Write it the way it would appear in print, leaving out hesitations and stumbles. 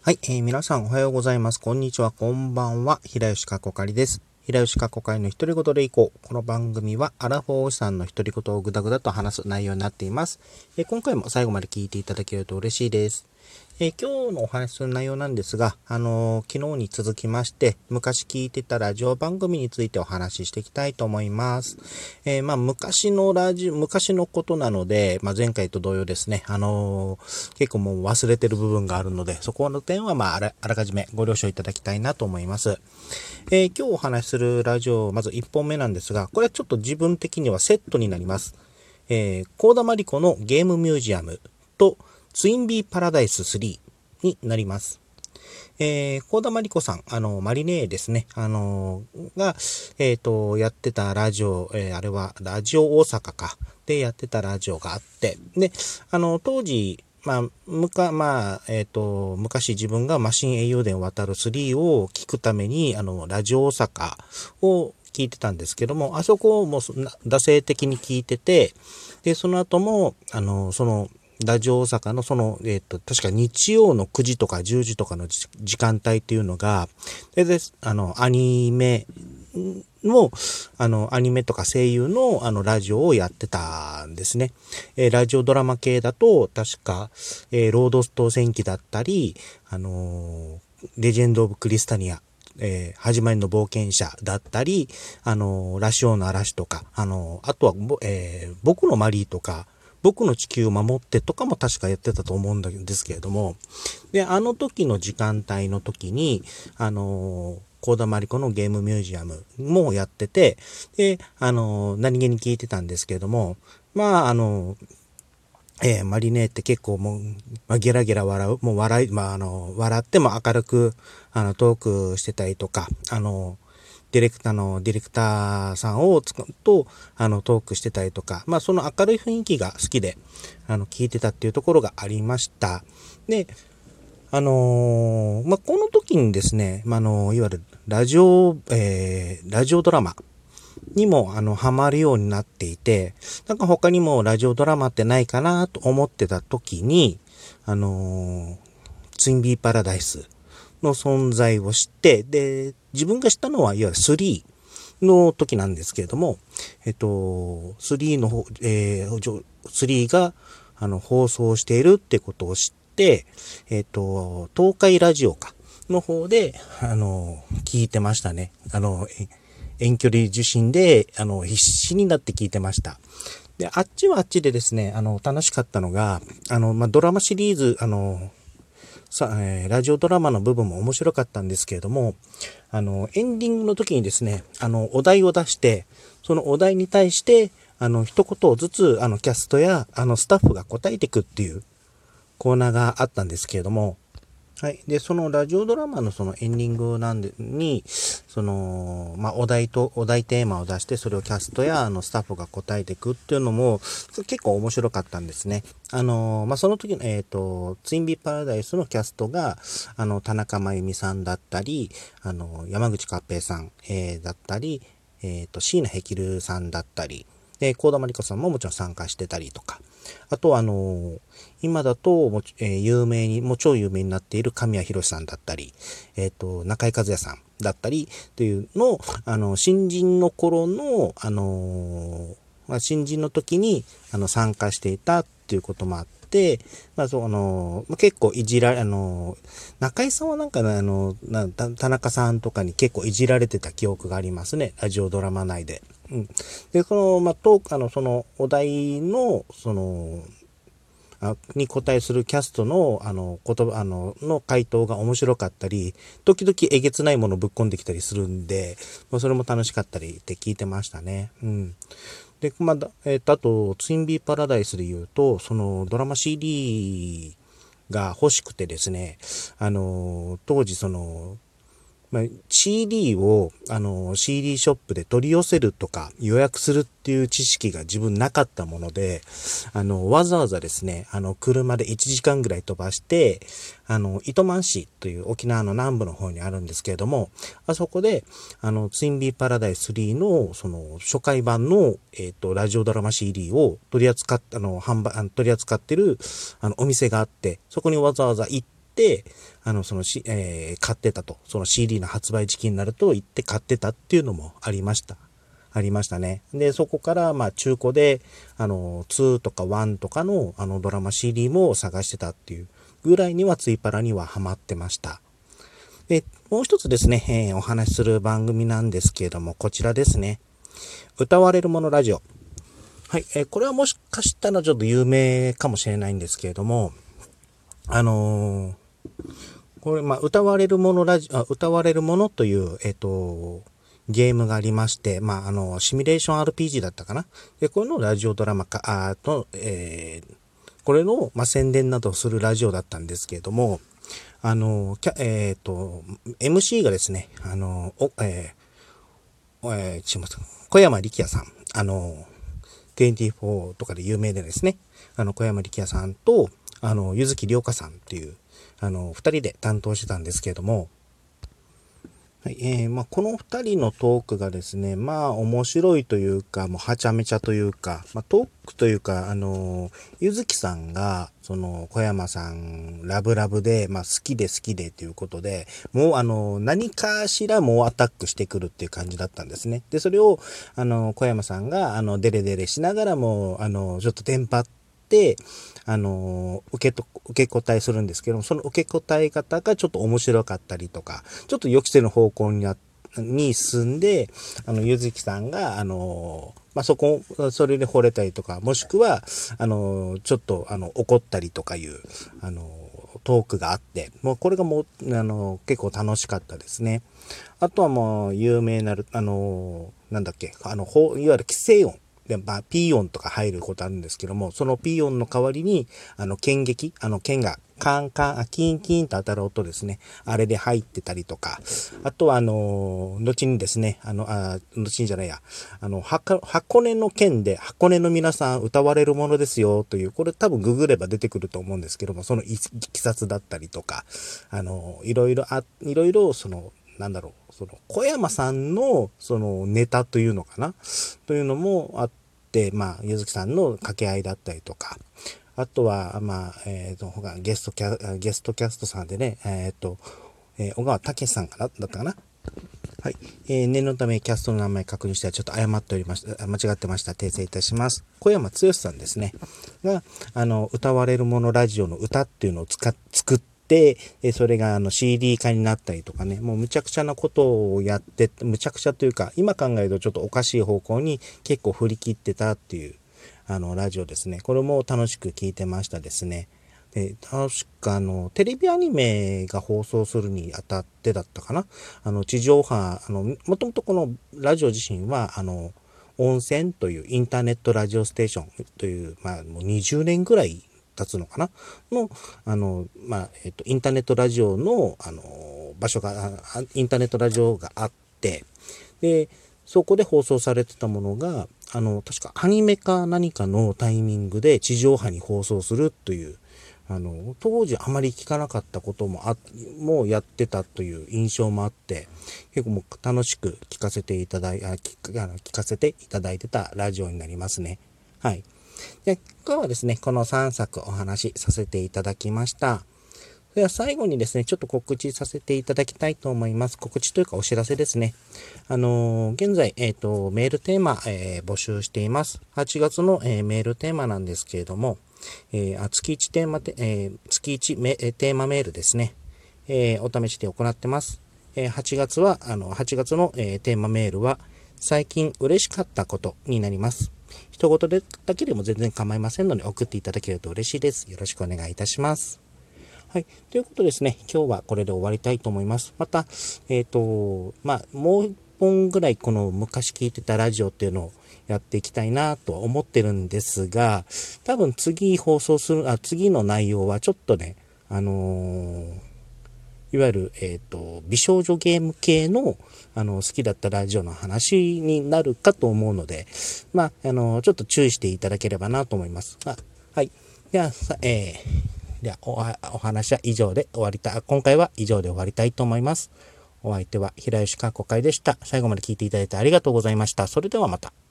はい、皆さんおはようございます。こんにちは、こんばんは。平吉かこかりです。平吉かこかりの独り言でいこう。この番組はアラフォーおじさんの独り言をぐだぐだと話す内容になっています。今回も最後まで聞いていただけると嬉しいです。今日のお話しする内容なんですが、昨日に続きまして、昔聞いてたラジオ番組についてお話ししていきたいと思います。昔のことなので、前回と同様ですね、結構もう忘れてる部分があるので、そこの点はあらかじめご了承いただきたいなと思います。今日お話しするラジオ、まず1本目なんですが、これはちょっと自分的にはセットになります。幸田真理子のゲームミュージアムと、ツインビーパラダイス3になります。幸田真理子さん、マリネーですね、が、やってたラジオ、あれは、ラジオ大阪か、でやってたラジオがあって、で、当時、昔自分がマシン英雄伝渡る3を聞くために、ラジオ大阪を聞いてたんですけども、あそこをもう惰性的に聞いてて、で、その後も、ラジオ大阪の確か日曜の9時とか10時とかの時間帯っていうのが、アニメの、アニメとか声優の、ラジオをやってたんですね。ラジオドラマ系だと、確か、ロードスト戦記だったり、レジェンド・オブ・クリスタニア、始まりの冒険者だったり、ラシオの嵐とか、あとは、僕のマリーとか、僕の地球を守ってとかも確かやってたと思うんですけれども、で、あの時の時間帯の時に、幸田真理子のゲームミュージアムもやってて、で、何気に聞いてたんですけれども、マリネって結構もう、ゲラゲラ笑う、もう笑笑っても明るく、トークしてたりとか、ディレクターさんと、トークしてたりとか、その明るい雰囲気が好きで、聞いてたっていうところがありました。で、この時にですね、いわゆるラジオドラマにも、ハマるようになっていて、なんか他にもラジオドラマってないかなと思ってた時に、ツインビーパラダイスの存在を知って、で、自分が知ったのは、いわゆる3の時なんですけれども、3の方、3が、放送しているってことを知って、東海ラジオか、の方で、聞いてましたね。遠距離受信で、必死になって聞いてました。で、あっちはあっちでですね、楽しかったのが、ドラマシリーズ、ラジオドラマの部分も面白かったんですけれども、エンディングの時にですね、お題を出して、そのお題に対して、一言ずつ、キャストや、スタッフが答えていくっていうコーナーがあったんですけれども、はい。で、そのラジオドラマのそのエンディングに、お題テーマを出して、それをキャストやスタッフが答えていくっていうのも、結構面白かったんですね。その時の、ツインビーパラダイスのキャストが、田中真由美さんだったり、山口勝平さん、だったり、椎名ヘキルさんだったり、で、幸田真理子さんももちろん参加してたりとか、あと今だともう超有名になっている神谷博さんだったり、中井和也さんだったりというのを、新人の頃の、新人の時に、参加していたっていうこともあって、結構いじられ、中井さんはなんかね、田中さんとかに結構いじられてた記憶がありますね。ラジオドラマ内で。うん。で、そのお題の、に答えするキャストの、言葉、の回答が面白かったり、時々えげつないものをぶっ込んできたりするんで、それも楽しかったりって聞いてましたね。うん。で、あと、ツインビーパラダイスで言うと、そのドラマ CD が欲しくてですね、当時CD を、CD ショップで取り寄せるとか予約するっていう知識が自分なかったもので、わざわざですね、車で1時間ぐらい飛ばして、糸満市という沖縄の南部の方にあるんですけれども、あそこで、ツインビーパラダイス3の、初回版の、ラジオドラマ CD を取り扱ってる、お店があって、そこにわざわざ行って、 、買ってたと。その CD の発売時期になると行って買ってたっていうのもありました。ありましたね。で、そこから、中古で、2とか1とかの、ドラマ CD も探してたっていうぐらいには、ツイパラにはハマってました。で、もう一つですね、お話しする番組なんですけれども、こちらですね。歌われるものラジオ。はい、これはもしかしたらちょっと有名かもしれないんですけれども、これ、歌われるもの歌われるものという、ゲームがありまして、シミュレーション RPG だったかな。で、これのラジオドラマ化、これの、宣伝などをするラジオだったんですけれども、MC がですね、小山力也さん、24とかで有名でですね、小山力也さんと、柚木涼香さんっていう、二人で担当してたんですけれども、はい、この二人のトークがですね、面白いというか、もうはちゃめちゃというか、トークというか、柚木さんが、小山さん、ラブラブで、好きでということで、もう何かしらもうアタックしてくるっていう感じだったんですね。で、それを、小山さんが、デレデレしながらも、ちょっとテンパって、受け答えするんですけども、その受け答え方がちょっと面白かったりとか、ちょっと予期せぬ方向に進んで、ゆずきさんが、それで惚れたりとか、もしくは、ちょっと、怒ったりとかいう、トークがあって、もうこれがもう、結構楽しかったですね。あとはもう、有名なる、なんだっけ、いわゆる規制音。で、ピー音とか入ることあるんですけども、そのピー音の代わりに、剣撃、剣がカンカン、キンキンと当たる音ですね。あれで入ってたりとか、あとは後にですね、後にじゃないや、箱根の剣で、箱根の皆さん歌われるものですよ、という、これ多分ググれば出てくると思うんですけども、そのいきさつだったりとか、いろいろ、小山さんの、ネタというのかなというのもあって、ゆずきさんの掛け合いだったりとか、あとは、ゲストキャストさんでね、小川武さんだったかな。はい。念のためキャストの名前確認してはちょっと誤っておりました。間違ってました。訂正いたします。小山剛さんですね。が、歌われるものラジオの歌っていうのを作って、それがCD 化になったりとかね、もうむちゃくちゃなことをやって、むちゃくちゃというか、今考えるとちょっとおかしい方向に結構振り切ってたっていう、ラジオですね。これも楽しく聞いてましたですね。で、確かテレビアニメが放送するにあたってだったかな。地上波、もともとこのラジオ自身は、温泉というインターネットラジオステーションという、もう20年ぐらい経つのかなの、インターネットラジオの、場所が、インターネットラジオがあって、で、そこで放送されてたものが、確かアニメか何かのタイミングで地上波に放送するという、当時あまり聞かなかったこともやってたという印象もあって、結構もう楽しく聞かせていただいてたラジオになりますね。はい。で、今日はですね、この3作お話しさせていただきました。では最後にですね、ちょっと告知させていただきたいと思います。告知というかお知らせですね。現在、メールテーマ、募集しています。8月の、メールテーマなんですけれども、月1テーマテーマメールですね。お試しで行ってます。8月の、テーマメールは、最近嬉しかったことになります。一言でだけでも全然構いませんので送っていただけると嬉しいです。よろしくお願いいたします。はい。ということですね。今日はこれで終わりたいと思います。また、もう一本ぐらいこの昔聞いてたラジオっていうのをやっていきたいなとは思ってるんですが、多分次の内容はちょっとね、いわゆる、美少女ゲーム系の、好きだったラジオの話になるかと思うので、ちょっと注意していただければなと思います。はい。では、お話は以上で今回は以上で終わりたいと思います。お相手は平吉かこかいでした。最後まで聞いていただいてありがとうございました。それではまた。